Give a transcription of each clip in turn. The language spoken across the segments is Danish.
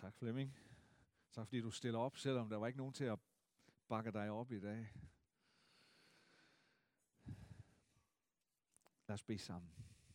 Tak, Flemming. Tak, fordi du stiller op, selvom der var ikke nogen til at bakke dig op i dag. Lad os bede sammen.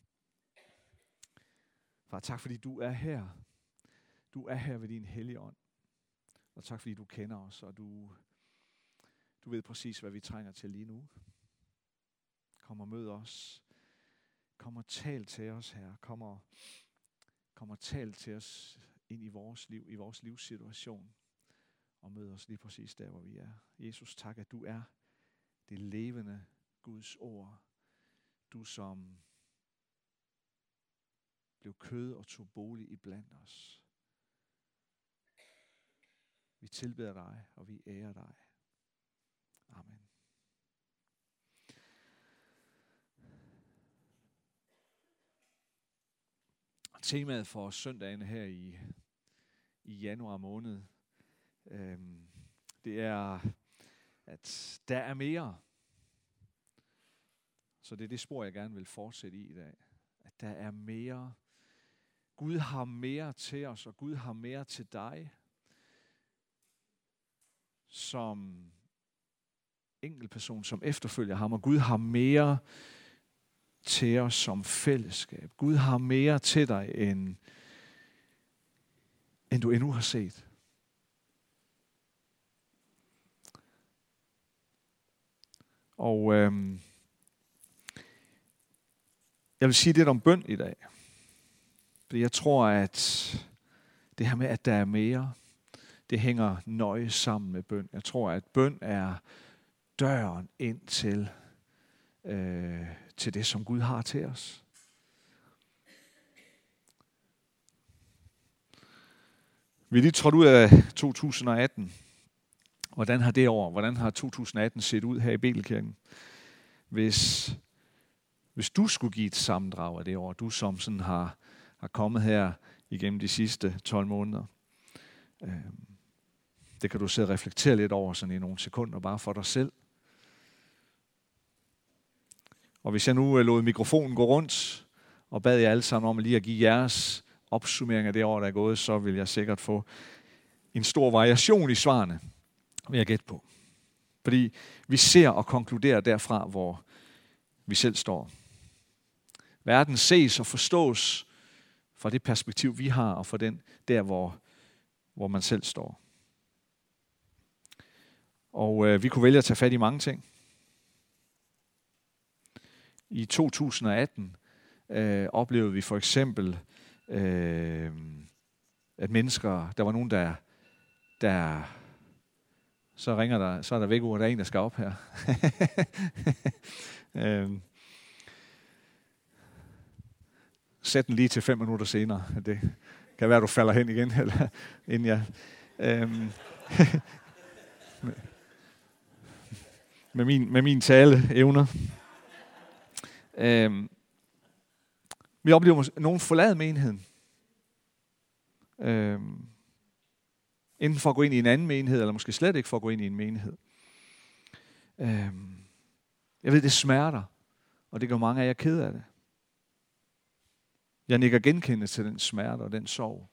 Far, tak fordi du er her. Du er her ved din hellige ånd. Og tak fordi du kender os, og du ved præcis, hvad vi trænger til lige nu. Kom og mød os. Kom og tal til os, Herre. Kom og tal til os ind i vores liv, i vores livssituation. Og mød os lige præcis der, hvor vi er. Jesus, tak, at du er det levende Guds ord. Du som blev kød og tog bolig iblandt os. Vi tilbeder dig, og vi ærer dig. Amen. Temaet for søndagen her i januar måned, det er, at der er mere. Så det er det spor, jeg gerne vil fortsætte i dag. At der er mere. Gud har mere til os, og Gud har mere til dig. Som enkeltperson, som efterfølger ham, og Gud har mere til os som fællesskab. Gud har mere til dig, end du endnu har set. Og jeg vil sige lidt om bøn i dag. Fordi jeg tror, at det her med, at der er mere, det hænger nøje sammen med bøn. Jeg tror, at bøn er døren ind til det, som Gud har til os. Vi er lige trådt ud af 2018. Hvordan har 2018 set ud her i Betelkirken? Hvis du skulle give et sammendrag af det år, du som sådan har kommet her igennem de sidste 12 måneder, det kan du sidde og reflektere lidt over sådan i nogle sekunder, bare for dig selv. Og hvis jeg nu lod mikrofonen gå rundt, og bad jer alle sammen om lige at give jeres opsummering af det år, der er gået, så vil jeg sikkert få en stor variation i svarene, vil jeg gætte på. Fordi vi ser og konkluderer derfra, hvor vi selv står. Verden ses og forstås fra det perspektiv, vi har, og fra den der, hvor man selv står. Og vi kunne vælge at tage fat i mange ting. I 2018 oplevede vi for eksempel, at mennesker, der var nogen, der så ringer der, så er der vækord, der er en, der skal op her. Sæt den lige til 5 minutter senere. Det kan være, du falder hen igen, eller inden jeg... med min taleevner. Vi oplever nogen forlade menigheden. Enten for at gå ind i en anden menighed, eller måske slet ikke for at gå ind i en menighed. Jeg ved, det smerter, og det gør mange af jer ked af det. Jeg nikker genkendende til den smerte og den sorg.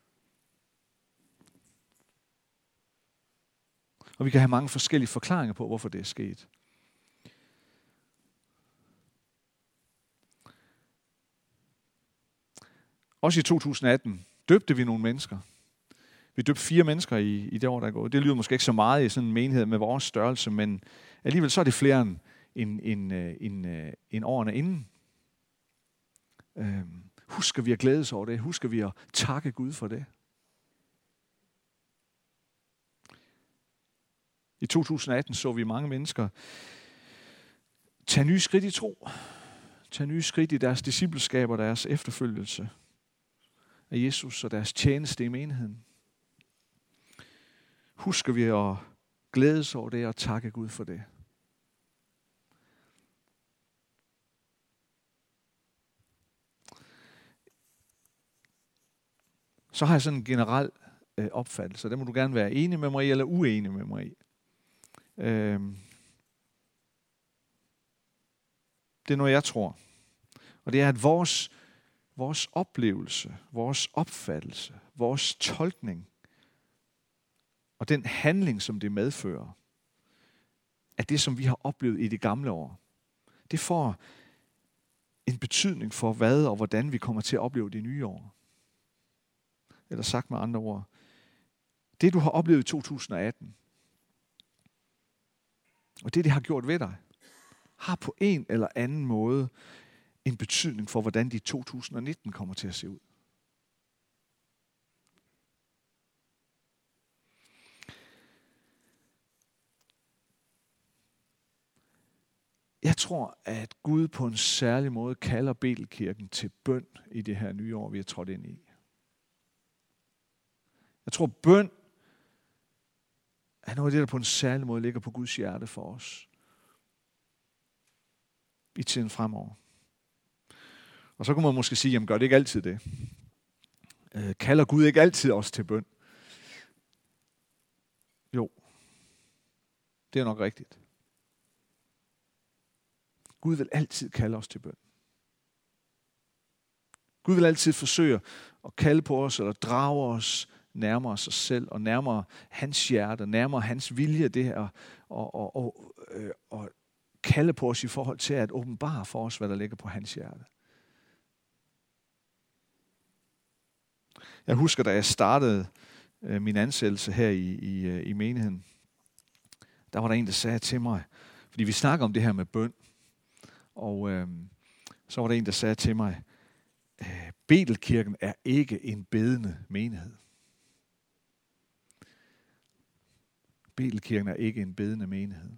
Og vi kan have mange forskellige forklaringer på, hvorfor det er sket. Også i 2018 døbte vi nogle mennesker. Vi døbte 4 mennesker i det år, der er gået. Det lyder måske ikke så meget i sådan en menighed med vores størrelse, men alligevel så er det flere end årene inden. Husker vi at glæde os over det? Husker vi at takke Gud for det? I 2018 så vi mange mennesker tage nye skridt i tro. Tage nye skridt i deres discipleskab og deres efterfølgelse af Jesus og deres tjeneste i menigheden. Husker vi at glæde os over det og takke Gud for det? Så har jeg sådan en generel opfattelse. Det må du gerne være enig med mig i, eller uenig med mig i. Det er noget, jeg tror. Og det er, at vores vores oplevelse, vores opfattelse, vores tolkning og den handling, som det medfører, af det, som vi har oplevet i det gamle år, det får en betydning for, hvad og hvordan vi kommer til at opleve det nye år. Eller sagt med andre ord, det du har oplevet i 2018, og det har gjort ved dig, har på en eller anden måde en betydning for, hvordan de 2019 kommer til at se ud. Jeg tror, at Gud på en særlig måde kalder Betelkirken til bøn i det her nye år, vi er trådt ind i. Jeg tror, bøn er noget af det, der på en særlig måde ligger på Guds hjerte for os i tiden fremover. Og så kunne man måske sige, jamen gør det ikke altid det? Kalder Gud ikke altid os til bøn? Jo, det er nok rigtigt. Gud vil altid kalde os til bøn. Gud vil altid forsøge at kalde på os, eller drage os nærmere sig selv, og nærmere hans hjerte, nærmere hans vilje, det her, og kalde på os i forhold til at åbenbare for os, hvad der ligger på hans hjerte. Jeg husker, da jeg startede min ansættelse her i menigheden, der var der en, der sagde til mig, fordi vi snakker om det her med bøn, og så var der en, der sagde til mig, Betelkirken er ikke en bedende menighed. Betelkirken er ikke en bedende menighed.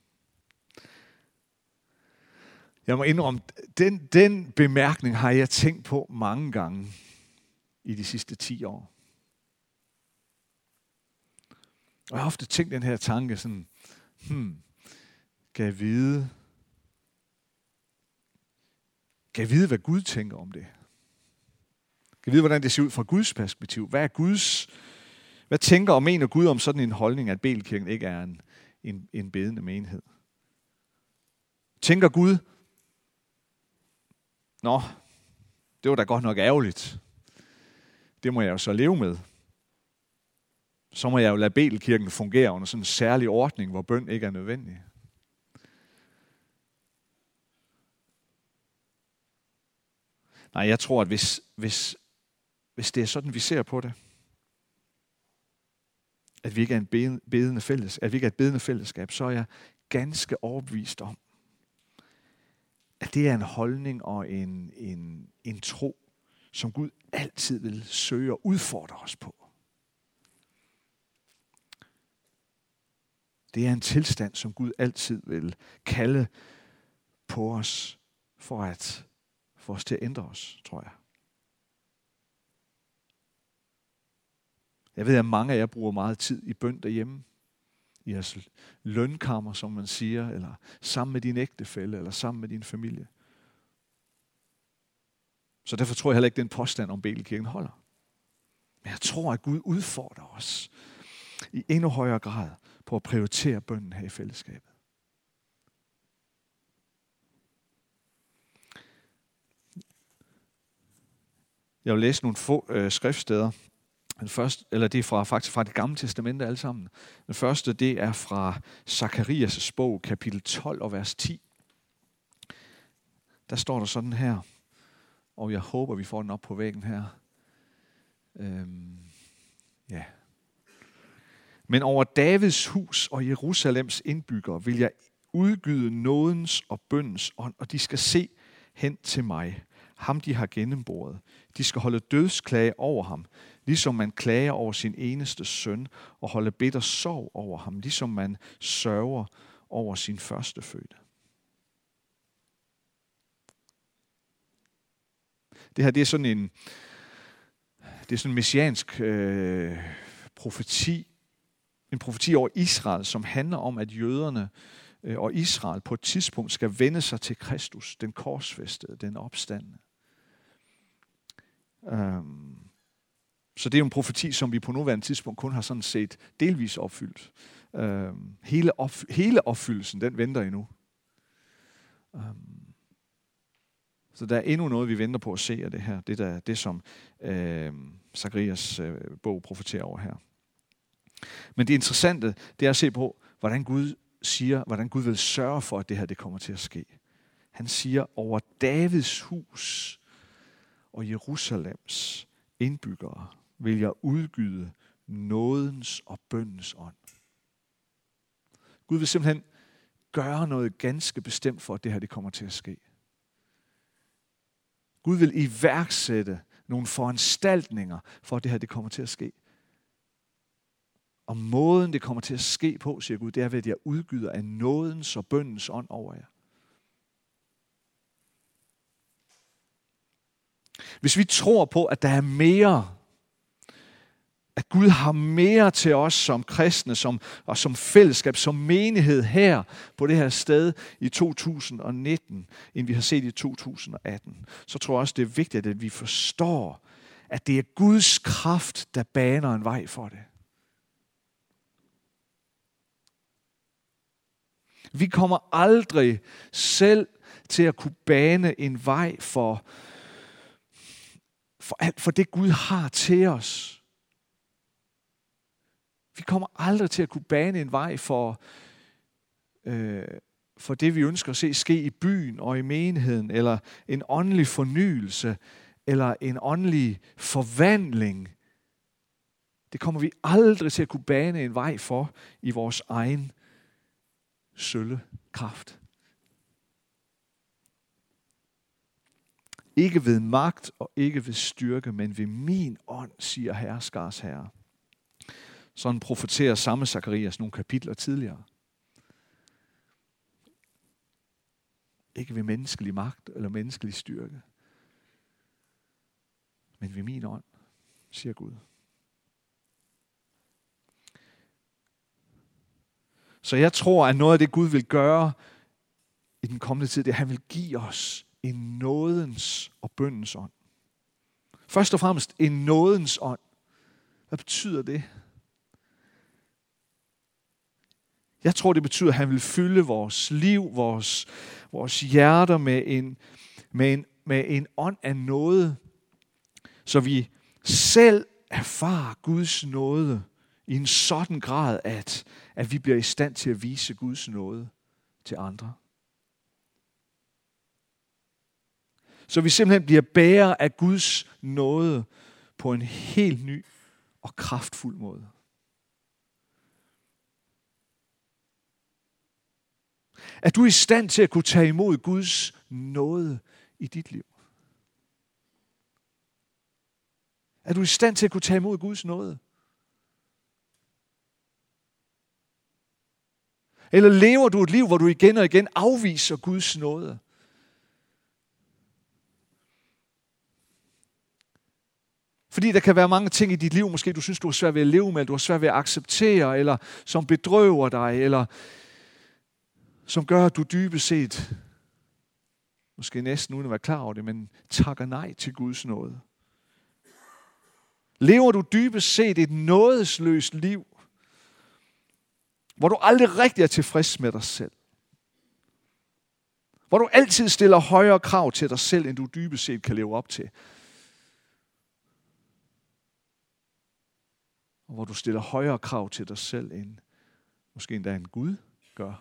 Jeg må indrømme, den bemærkning har jeg tænkt på mange gange i de sidste 10 år. Og jeg har ofte tænkt den her tanke sådan, kan jeg vide, hvad Gud tænker om det? Kan jeg vide, hvordan det ser ud fra Guds perspektiv? Hvad tænker og mener Gud om sådan en holdning, at Betelkirken ikke er en bedende menighed? Tænker Gud, nå, det var da godt nok ærgerligt. Det må jeg jo så leve med. Så må jeg jo lade Betelkirken fungere under sådan en særlig ordning, hvor bøn ikke er nødvendig. Nej, jeg tror, at hvis det er sådan, vi ser på det, at vi ikke er et bedende fællesskab, så er jeg ganske overbevist om, at det er en holdning og en tro, som Gud altid vil søge at udfordre os på. Det er en tilstand, som Gud altid vil kalde på os, for at få os til at ændre os, tror jeg. Jeg ved, at mange af jer bruger meget tid i bøn derhjemme. I jeres lønkammer, som man siger, eller sammen med din ægtefælle, eller sammen med din familie. Så derfor tror jeg heller ikke, den påstand om Betelkirken holder. Men jeg tror, at Gud udfordrer os i endnu højere grad på at prioritere bønnen her i fællesskabet. Jeg vil læse nogle få skriftsteder. Den første, eller det er faktisk fra det gamle testamente alle sammen. Den første, det er fra Zakarias' bog, kapitel 12 og vers 10. Der står der sådan her, og jeg håber, vi får den op på væggen her. Ja. Men over Davids hus og Jerusalems indbyggere vil jeg udgyde nådens og bøndens ånd, og de skal se hen til mig, ham de har gennemboret. De skal holde dødsklage over ham, ligesom man klager over sin eneste søn, og holde bitter sorg over ham, ligesom man sørger over sin førstefødte. Det her, det er sådan en messiansk profeti, en profeti over Israel, som handler om, at jøderne og Israel på et tidspunkt skal vende sig til Kristus, den korsfæstede, den opstandne. Så det er jo en profeti, som vi på nuværende tidspunkt kun har sådan set delvis opfyldt. Hele opfyldelsen, den venter endnu. Så der er endnu noget, vi venter på at se af det her. Det som Zakarias bog profeterer over her. Men det interessante, det er at se på, hvordan Gud vil sørge for, at det her det kommer til at ske. Han siger, over Davids hus og Jerusalems indbyggere vil jeg udgyde nådens og bønnens ånd. Gud vil simpelthen gøre noget ganske bestemt for, at det her det kommer til at ske. Gud vil iværksætte nogle foranstaltninger for, at det her det kommer til at ske. Og måden det kommer til at ske på, siger Gud, det er ved, at jeg udgyder af nådens og bønnens ånd over jer. Hvis vi tror på, at der er mere, at Gud har mere til os som kristne, og som fællesskab, som menighed her på det her sted i 2019, end vi har set i 2018, så tror jeg også, det er vigtigt, at vi forstår, at det er Guds kraft, der baner en vej for det. Vi kommer aldrig selv til at kunne bane en vej for det Gud har til os. Vi kommer aldrig til at kunne bane en vej for det, vi ønsker at se ske i byen og i menigheden, eller en åndelig fornyelse, eller en åndelig forvandling. Det kommer vi aldrig til at kunne bane en vej for i vores egen sølle kraft. Ikke ved magt og ikke ved styrke, men ved min ånd, siger herskars herre. Sådan profeterer samme Zakarias nogle kapitler tidligere. Ikke ved menneskelig magt eller menneskelig styrke, men ved min ånd, siger Gud. Så jeg tror, at noget af det Gud vil gøre i den kommende tid, det er, at han vil give os en nådens og bønnens ånd. Først og fremmest en nådens ånd. Hvad betyder det? Jeg tror, det betyder, at han vil fylde vores liv, vores hjerter med en ånd af nåde, så vi selv erfarer Guds nåde i en sådan grad, at vi bliver i stand til at vise Guds nåde til andre. Så vi simpelthen bliver bærere af Guds nåde på en helt ny og kraftfuld måde. Er du i stand til at kunne tage imod Guds nåde i dit liv? Er du i stand til at kunne tage imod Guds nåde? Eller lever du et liv, hvor du igen og igen afviser Guds nåde? Fordi der kan være mange ting i dit liv, måske du synes, du har svært ved at leve med, du har svært ved at acceptere, eller som bedrøver dig, eller som gør, at du dybest set, måske næsten uden at være klar over det, men takker nej til Guds nåde. Lever du dybest set et nådesløst liv, hvor du aldrig rigtig er tilfreds med dig selv? Hvor du altid stiller højere krav til dig selv, end du dybest set kan leve op til? Og hvor du stiller højere krav til dig selv, end måske endda en Gud gør?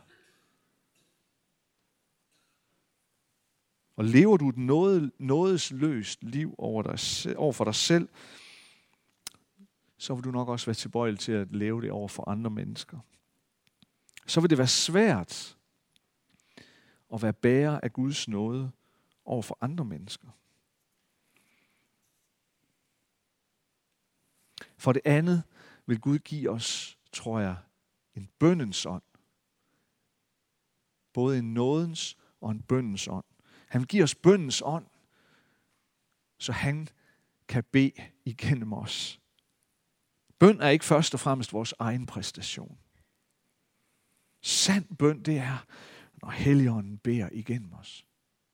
Og lever du et nådesløst liv over for dig selv, så vil du nok også være tilbøjelig til at leve det over for andre mennesker. Så vil det være svært at være bærer af Guds nåde over for andre mennesker. For det andet vil Gud give os, tror jeg, en bønnens ånd. Både en nådens og en bønnens ånd. Han vil give os bønnens ånd, så han kan bede igennem os. Bøn er ikke først og fremmest vores egen præstation. Sand bøn, det er, når Helligånden beder igennem os.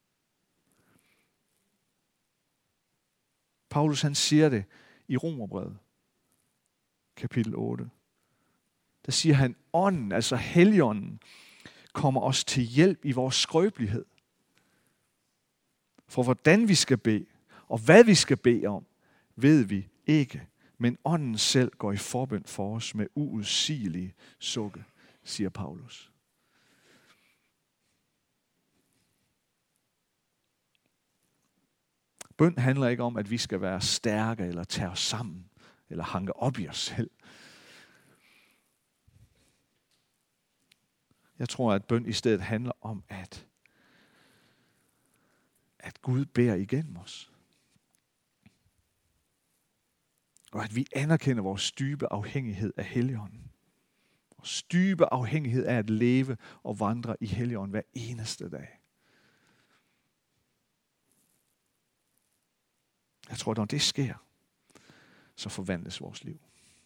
Paulus han siger det i Romerbrevet, kapitel 8. Der siger han, ånden, altså Helligånden, kommer os til hjælp i vores skrøbelighed. For hvordan vi skal bede, og hvad vi skal bede om, ved vi ikke. Men ånden selv går i forbøn for os med uudsigelige sukke, siger Paulus. Bøn handler ikke om, at vi skal være stærke, eller tage os sammen, eller hanke op i os selv. Jeg tror, at bøn i stedet handler om, at Gud beder igennem os. Og at vi anerkender vores dybe afhængighed af Helligånden. Vores dybe afhængighed af at leve og vandre i Helligånden hver eneste dag. Jeg tror, når det sker, så forvandles vores liv.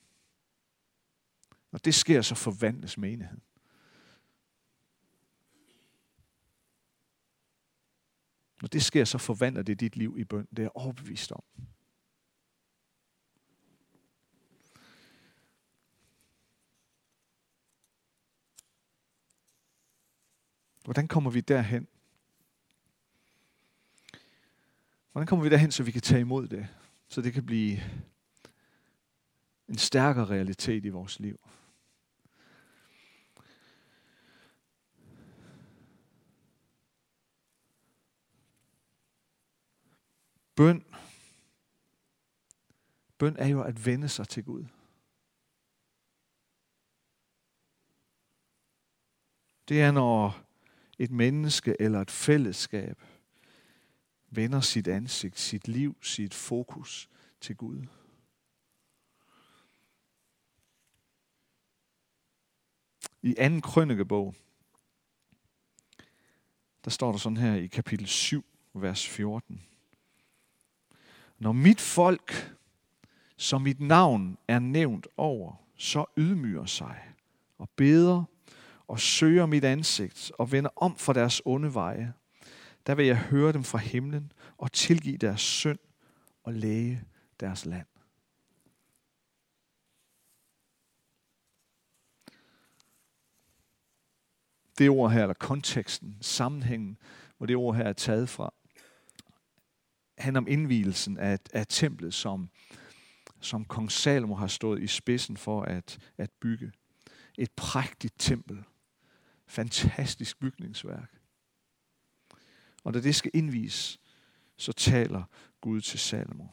Når det sker, så forvandles menigheden. Når det sker, så forvandler det dit liv i bøn. Det er jeg overbevist om. Hvordan kommer vi derhen? Hvordan kommer vi derhen, så vi kan tage imod det? Så det kan blive en stærkere realitet i vores liv. Bøn er jo at vende sig til Gud. Det er, når et menneske eller et fællesskab vender sit ansigt, sit liv, sit fokus til Gud. I 2. Krønikebog, der står der sådan her i kapitel 7, vers 14. Når mit folk, som mit navn er nævnt over, så ydmyger sig og beder og søger mit ansigt og vender om fra deres onde veje, der vil jeg høre dem fra himlen og tilgive deres synd og læge deres land. Det ord her, eller konteksten, sammenhængen, hvor det ord her er taget fra, handler om indvielsen af templet, som kong Salomo har stået i spidsen for at bygge. Et prægtigt tempel. Fantastisk bygningsværk. Og da det skal indvies, så taler Gud til Salomo.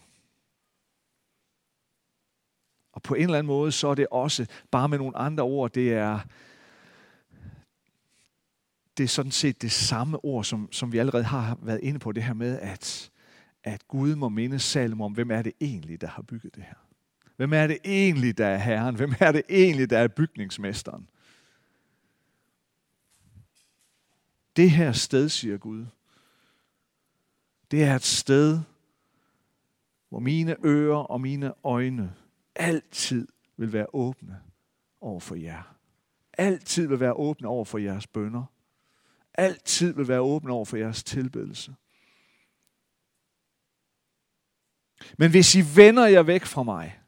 Og på en eller anden måde, så er det også, bare med nogle andre ord, det er sådan set det samme ord, som vi allerede har været inde på, det her med, at Gud må minde Salomo om, hvem er det egentlig, der har bygget det her? Hvem er det egentlig, der er Herren? Hvem er det egentlig, der er bygningsmesteren? Det her sted, siger Gud, det er et sted, hvor mine ører og mine øjne altid vil være åbne over for jer. Altid vil være åbne over for jeres bønner. Altid vil være åbne over for jeres tilbedelse. Men hvis I vender jer væk fra mig,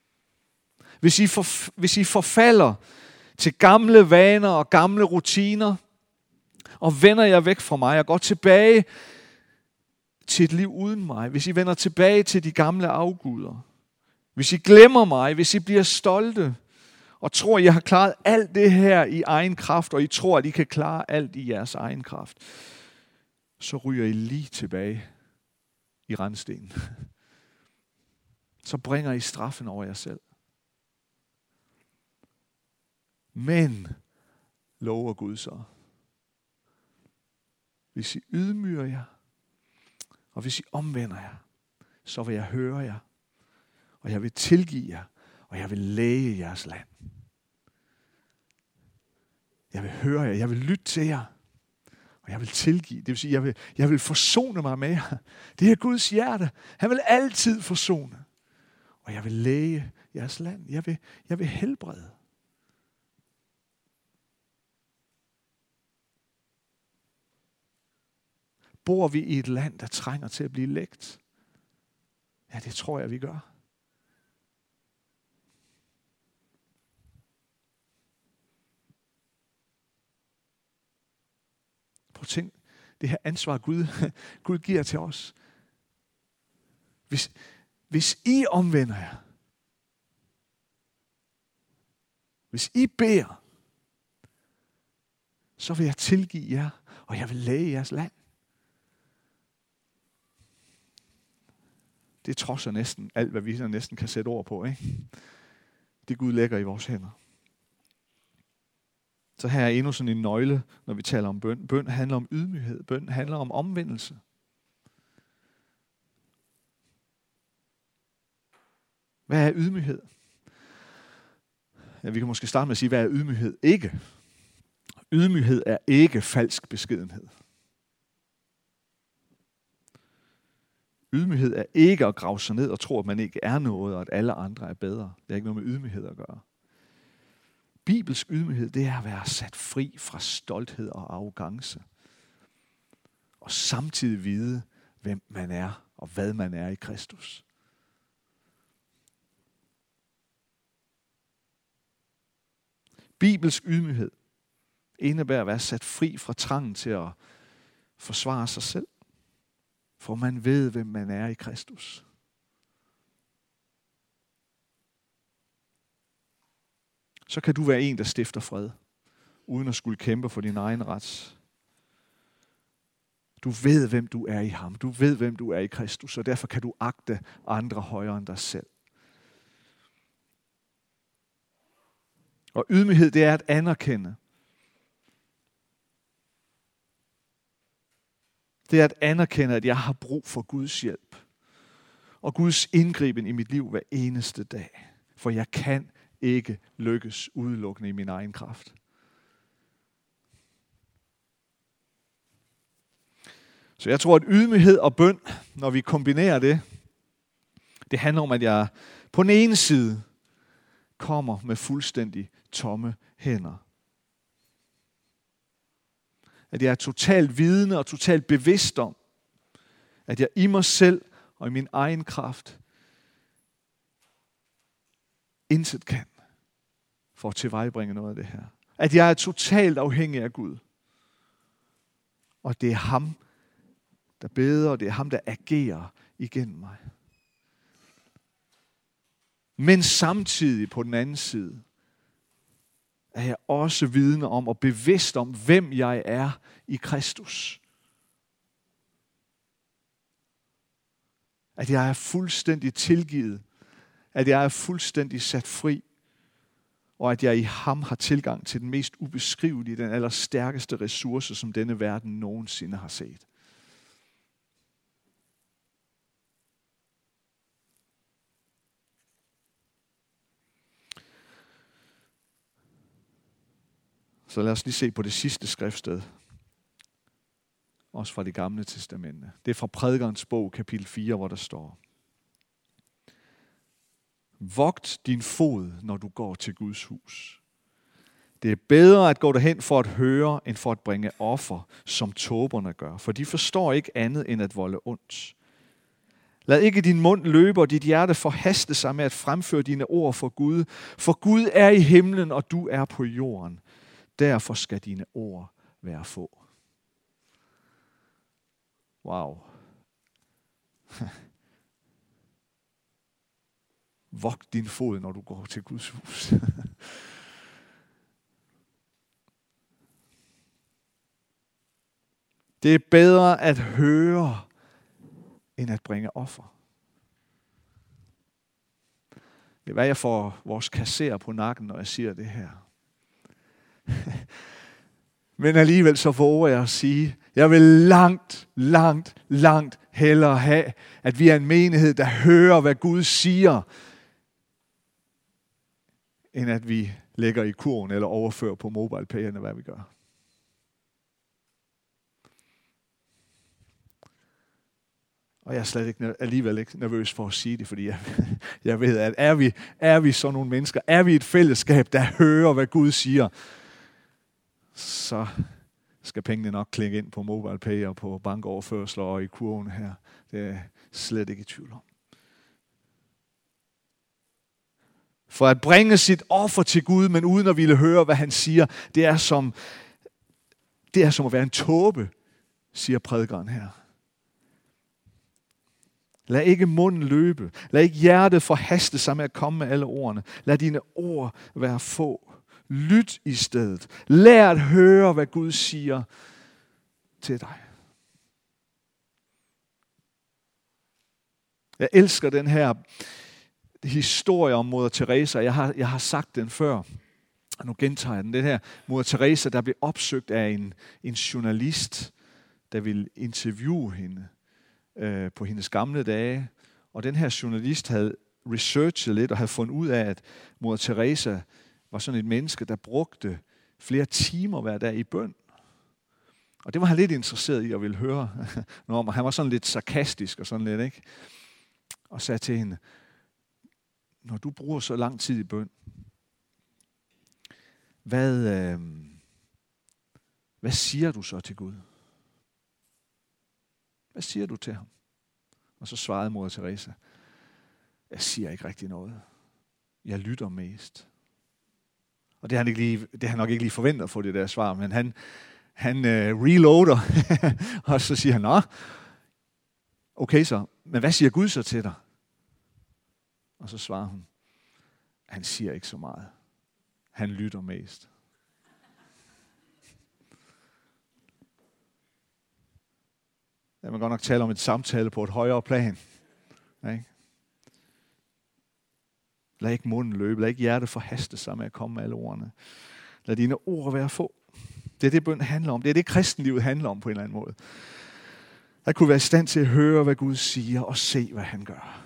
hvis I forfalder til gamle vaner og gamle rutiner, og vender jer væk fra mig og går tilbage til et liv uden mig, hvis I vender tilbage til de gamle afguder, hvis I glemmer mig, hvis I bliver stolte og tror, at I har klaret alt det her i egen kraft, og I tror, at I kan klare alt i jeres egen kraft, så ryger I lige tilbage i randstenen. Så bringer I straffen over jer selv. Men, lover Gud så, hvis I ydmyger jer, og hvis I omvender jer, så vil jeg høre jer, og jeg vil tilgive jer, og jeg vil læge jeres land. Jeg vil høre jer, jeg vil lytte til jer, og jeg vil tilgive. Det vil sige, jeg vil forsone mig med jer. Det er Guds hjerte. Han vil altid forsone. Og jeg vil læge jeres land. Jeg vil helbrede. Bor vi i et land, der trænger til at blive lægt? Ja, det tror jeg, vi gør. Prøv at tænk, Det her ansvar, Gud giver til os. Hvis I omvender jer, hvis I beder, så vil jeg tilgive jer, og jeg vil læge jeres land. Det trodser næsten alt, hvad vi næsten kan sætte ord på, ikke? Det Gud lægger i vores hænder. Så her er endnu sådan en nøgle, når vi taler om bøn. Bøn handler om ydmyghed. Bøn handler om omvendelse. Hvad er ydmyghed? Ja, vi kan måske starte med at sige, hvad er ydmyghed ikke? Ydmyghed er ikke falsk beskedenhed. Ydmyghed er ikke at grave sig ned og tro, at man ikke er noget, og at alle andre er bedre. Det er ikke noget med ydmyghed at gøre. Bibelsk ydmyghed, det er at være sat fri fra stolthed og arrogance. Og samtidig vide, hvem man er og hvad man er i Kristus. Bibelsk ydmyghed indebærer at være sat fri fra trangen til at forsvare sig selv. For man ved, hvem man er i Kristus. Så kan du være en, der stifter fred, uden at skulle kæmpe for din egen ret. Du ved, hvem du er i ham. Du ved, hvem du er i Kristus, og derfor kan du agte andre højere end dig selv. Og ydmyghed, det er at anerkende. Det er at anerkende, at jeg har brug for Guds hjælp. Og Guds indgriben i mit liv hver eneste dag. For jeg kan ikke lykkes udelukkende i min egen kraft. Så jeg tror, at ydmyghed og bøn, når vi kombinerer det, det handler om, at jeg på den ene side kommer med fuldstændig tomme hænder. At jeg er totalt vidende og totalt bevidst om, at jeg i mig selv og i min egen kraft intet kan for at tilvejebringe noget af det her. At jeg er totalt afhængig af Gud. Og det er ham, der beder, og det er ham, der agerer igennem mig. Men samtidig på den anden side, er jeg også vidne om og bevidst om, hvem jeg er i Kristus. At jeg er fuldstændig tilgivet. At jeg er fuldstændig sat fri. Og at jeg i ham har tilgang til den mest ubeskrivelige, den allerstærkeste ressource, som denne verden nogensinde har set. Så lad os lige se på det sidste skriftsted. Også fra det gamle testamente. Det er fra Prædikerens bog, kapitel 4, hvor der står: Vogt din fod, når du går til Guds hus. Det er bedre at gå derhen for at høre, end for at bringe offer, som tåberne gør. For de forstår ikke andet end at volde ondt. Lad ikke din mund løbe og dit hjerte forhaste sig med at fremføre dine ord for Gud. For Gud er i himlen, og du er på jorden. Derfor skal dine ord være få. Wow. Vogt din fod, når du går til Guds hus. Det er bedre at høre, end at bringe offer. Det er, hvad jeg får vores kasserer på nakken, når jeg siger det her. Men alligevel så våger jeg at sige, jeg vil langt hellere have, at vi er en menighed, der hører, hvad Gud siger, end at vi lægger i kurven eller overfører på MobilePay, hvad vi gør. Og jeg er slet ikke, alligevel ikke nervøs for at sige det, fordi jeg ved, at er vi sådan nogle mennesker, er vi et fællesskab, der hører, hvad Gud siger, så skal pengene nok klinge ind på MobilePay og på bankoverførsler og i kurven her. Det er jeg slet ikke i tvivl om. For at bringe sit offer til Gud, men uden at ville høre, hvad han siger, det er som at være en tåbe, siger prædikeren her. Lad ikke munden løbe. Lad ikke hjertet forhaste sig med at komme med alle ordene. Lad dine ord være få. Lyt i stedet. Lær at høre, hvad Gud siger til dig. Jeg elsker den her historie om Moder Teresa. Jeg har sagt den før, og nu gentager jeg den. Den her Moder Teresa, der blev opsøgt af en journalist, der ville interviewe hende på hendes gamle dage. Og den her journalist havde researchet lidt og havde fundet ud af, at Moder Teresa var sådan et menneske, der brugte flere timer hver dag i bøn. Og det var han lidt interesseret i at ville høre noget om. Han var sådan lidt sarkastisk og sådan lidt, ikke? Og sagde til hende, når du bruger så lang tid i bøn, hvad siger du så til Gud? Hvad siger du til ham? Og så svarede Moder Teresa, jeg siger ikke rigtig noget. Jeg lytter mest. Og det har han nok ikke lige forventet at få det der svar, men han reloader, og så siger han, nå, okay så, men hvad siger Gud så til dig? Og så svarer hun, han siger ikke så meget. Han lytter mest. Jeg vil godt nok tale om et samtale på et højere plan. Ikke? Lad ikke munden løbe. Lad ikke hjertet forhaste sig med at komme med alle ordene. Lad dine ord være få. Det er det, bøn handler om. Det er det, kristenlivet handler om på en eller anden måde. At kunne være i stand til at høre, hvad Gud siger, og se, hvad han gør.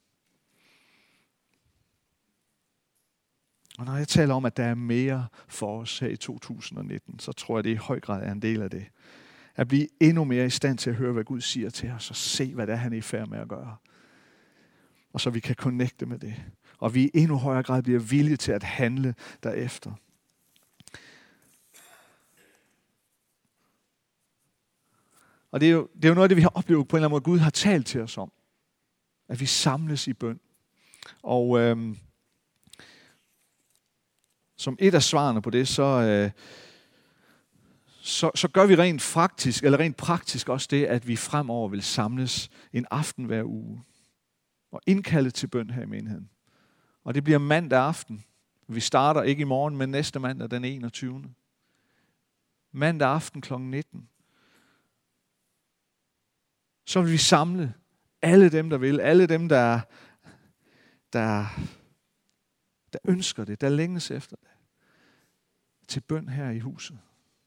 Og når jeg taler om, at der er mere for os her i 2019, så tror jeg, det i høj grad er en del af det. At blive endnu mere i stand til at høre, hvad Gud siger til os, og se, hvad det er, han er i færd med at gøre. Og så vi kan connecte med det. Og vi i endnu højere grad bliver villige til at handle derefter. Og det er jo noget af det, vi har oplevet på en eller anden måde, Gud har talt til os om. At vi samles i bøn. Og som et af svarene på det, så gør vi rent praktisk også det, at vi fremover vil samles en aften hver uge. Og indkalde til bøn her i menigheden. Og det bliver mandag aften. Vi starter ikke i morgen, men næste mandag den 21. Mandag aften kl. 19. Så vil vi samle alle dem, der vil. Alle dem, der ønsker det, der længes efter det. Til bøn her i huset.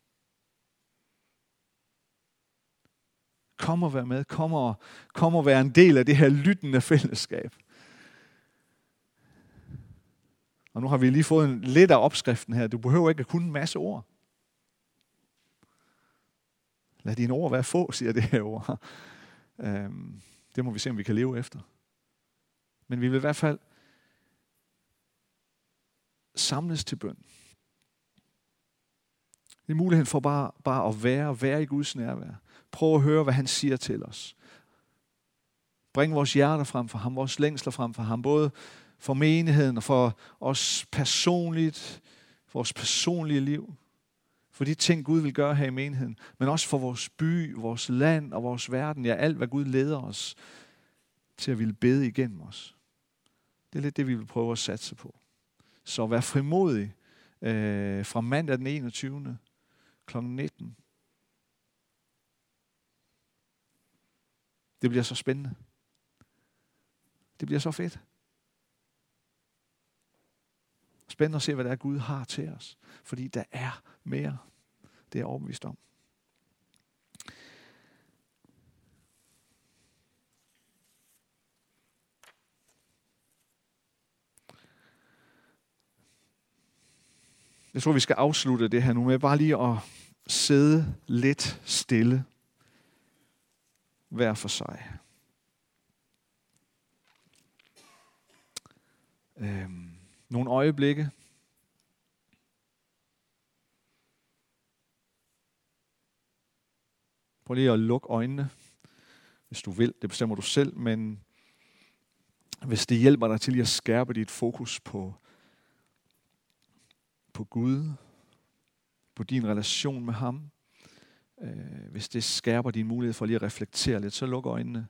Kom og vær med. Kom og vær en del af det her lyttende fællesskab. Og nu har vi lige fået lidt af opskriften her. Du behøver ikke at kunne en masse ord. Lad dine ord være få, siger det her ord. Det må vi se, om vi kan leve efter. Men vi vil i hvert fald samles til bøn. Det er muligheden for bare at være i Guds nærvær. Prøv at høre, hvad han siger til os. Bring vores hjerter frem for ham, vores længsler frem for ham, både for menigheden og for os personligt, for vores personlige liv, for de ting, Gud vil gøre her i menigheden, men også for vores by, vores land og vores verden, ja, alt hvad Gud leder os til at ville bede igennem os. Det er lidt det, vi vil prøve at satse på. Så vær frimodig fra mandag den 21. kl. 19. Det bliver så spændende. Det bliver så fedt. Spændende at se, hvad det er, Gud har til os. Fordi der er mere. Det er jeg overbevist om. Jeg tror, vi skal afslutte det her nu med bare lige at sidde lidt stille. Hver for sig. Nogle øjeblikke. Prøv lige at lukke øjnene, hvis du vil. Det bestemmer du selv, men hvis det hjælper dig til lige at skærpe dit fokus på Gud, på din relation med ham, Hvis det skærper din mulighed for lige at reflektere lidt, så luk øjnene.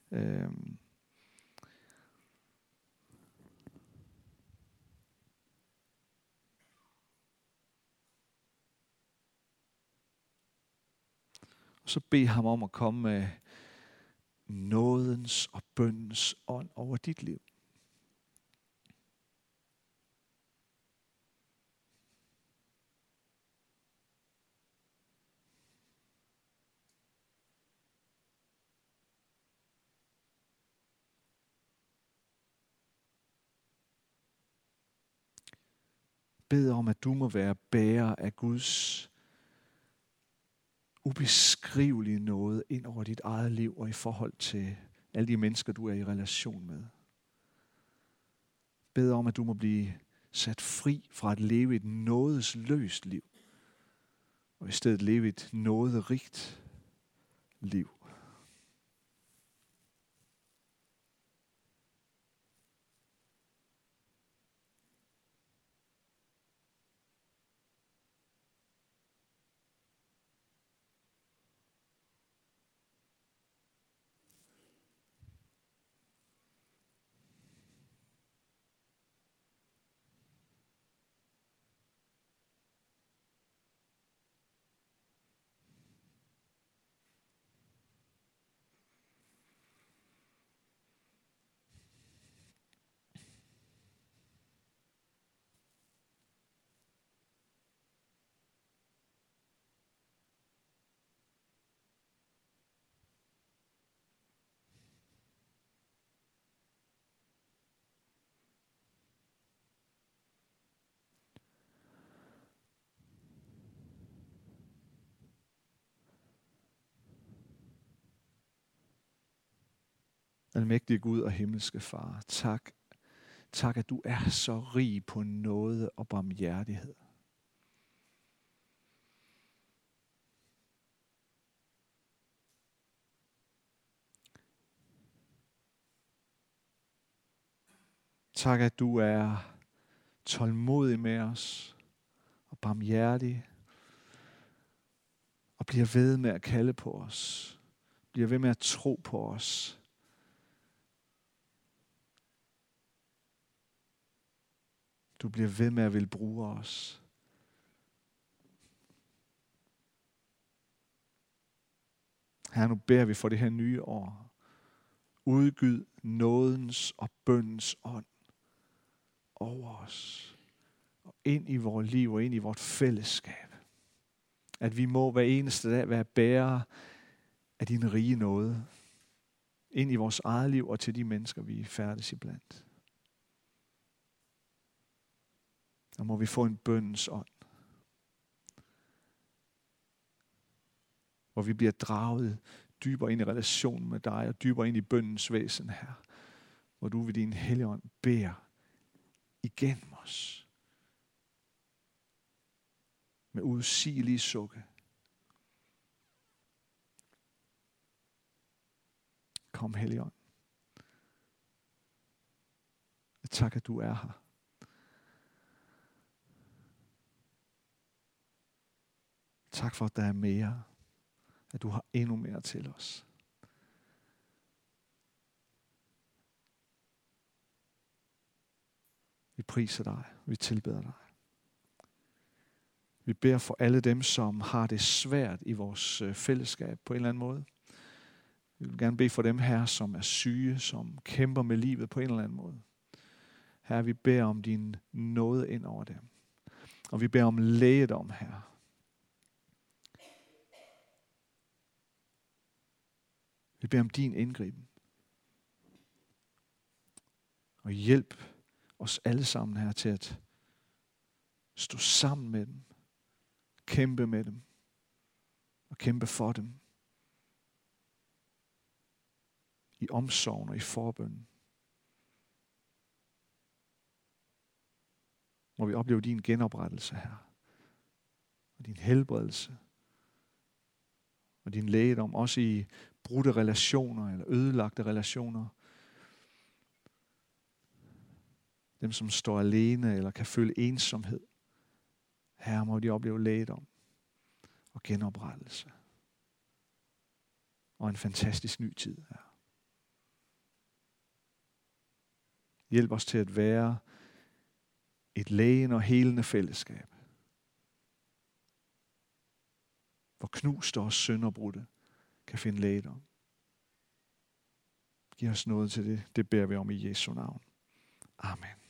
Og så bed ham om at komme med nådens og bøndens ånd over dit liv. Bed om, at du må være bærer af Guds ubeskrivelige nåde ind over dit eget liv og i forhold til alle de mennesker, du er i relation med. Bed om, at du må blive sat fri fra at leve et nådesløst liv, og i stedet leve et nåderigt liv. Almægtige Gud og himmelske Far, tak. Tak, at du er så rig på nåde og barmhjertighed. Tak, at du er tålmodig med os og barmhjertig og bliver ved med at kalde på os. Bliver ved med at tro på os. Du bliver ved med at vil bruge os. Herre, nu beder vi for det her nye år. Udgyd nådens og bøndens ånd over os. Og ind i vores liv og ind i vort fællesskab. At vi må hver eneste dag være bærere af din rige nåde. Ind i vores eget liv og til de mennesker, vi færdes iblandt. Og må vi få en bøndens ånd. Hvor vi bliver draget dybere ind i relationen med dig, og dybere ind i bøndens væsen her. Hvor du ved din Helligånd beder igennem os. Med udsigelige sukke. Kom, Helligånd. Tak, at du er her. Tak for, at der er mere. At du har endnu mere til os. Vi priser dig. Vi tilbeder dig. Vi beder for alle dem, som har det svært i vores fællesskab på en eller anden måde. Vi vil gerne bede for dem her, som er syge, som kæmper med livet på en eller anden måde. Herre, vi beder om din nåde ind over dem. Og vi beder om lægedom, Herre. Vi beder om din indgriben. Og hjælp os alle sammen her til at stå sammen med dem. Kæmpe med dem. Og kæmpe for dem. I omsorgen og i forbønnen. Må vi opleve din genoprettelse her. Og din helbredelse. Og din lægedom. Også i brudte relationer eller ødelagte relationer. Dem, som står alene eller kan føle ensomhed. Herre, må de opleve lægedom og genoprettelse. og en fantastisk ny tid, Herre. Hjælp os til at være et lægende og helende fællesskab, hvor knuste og sønderbrudte kan finde lægedom. Giv os noget til det. Det beder vi om i Jesu navn. Amen.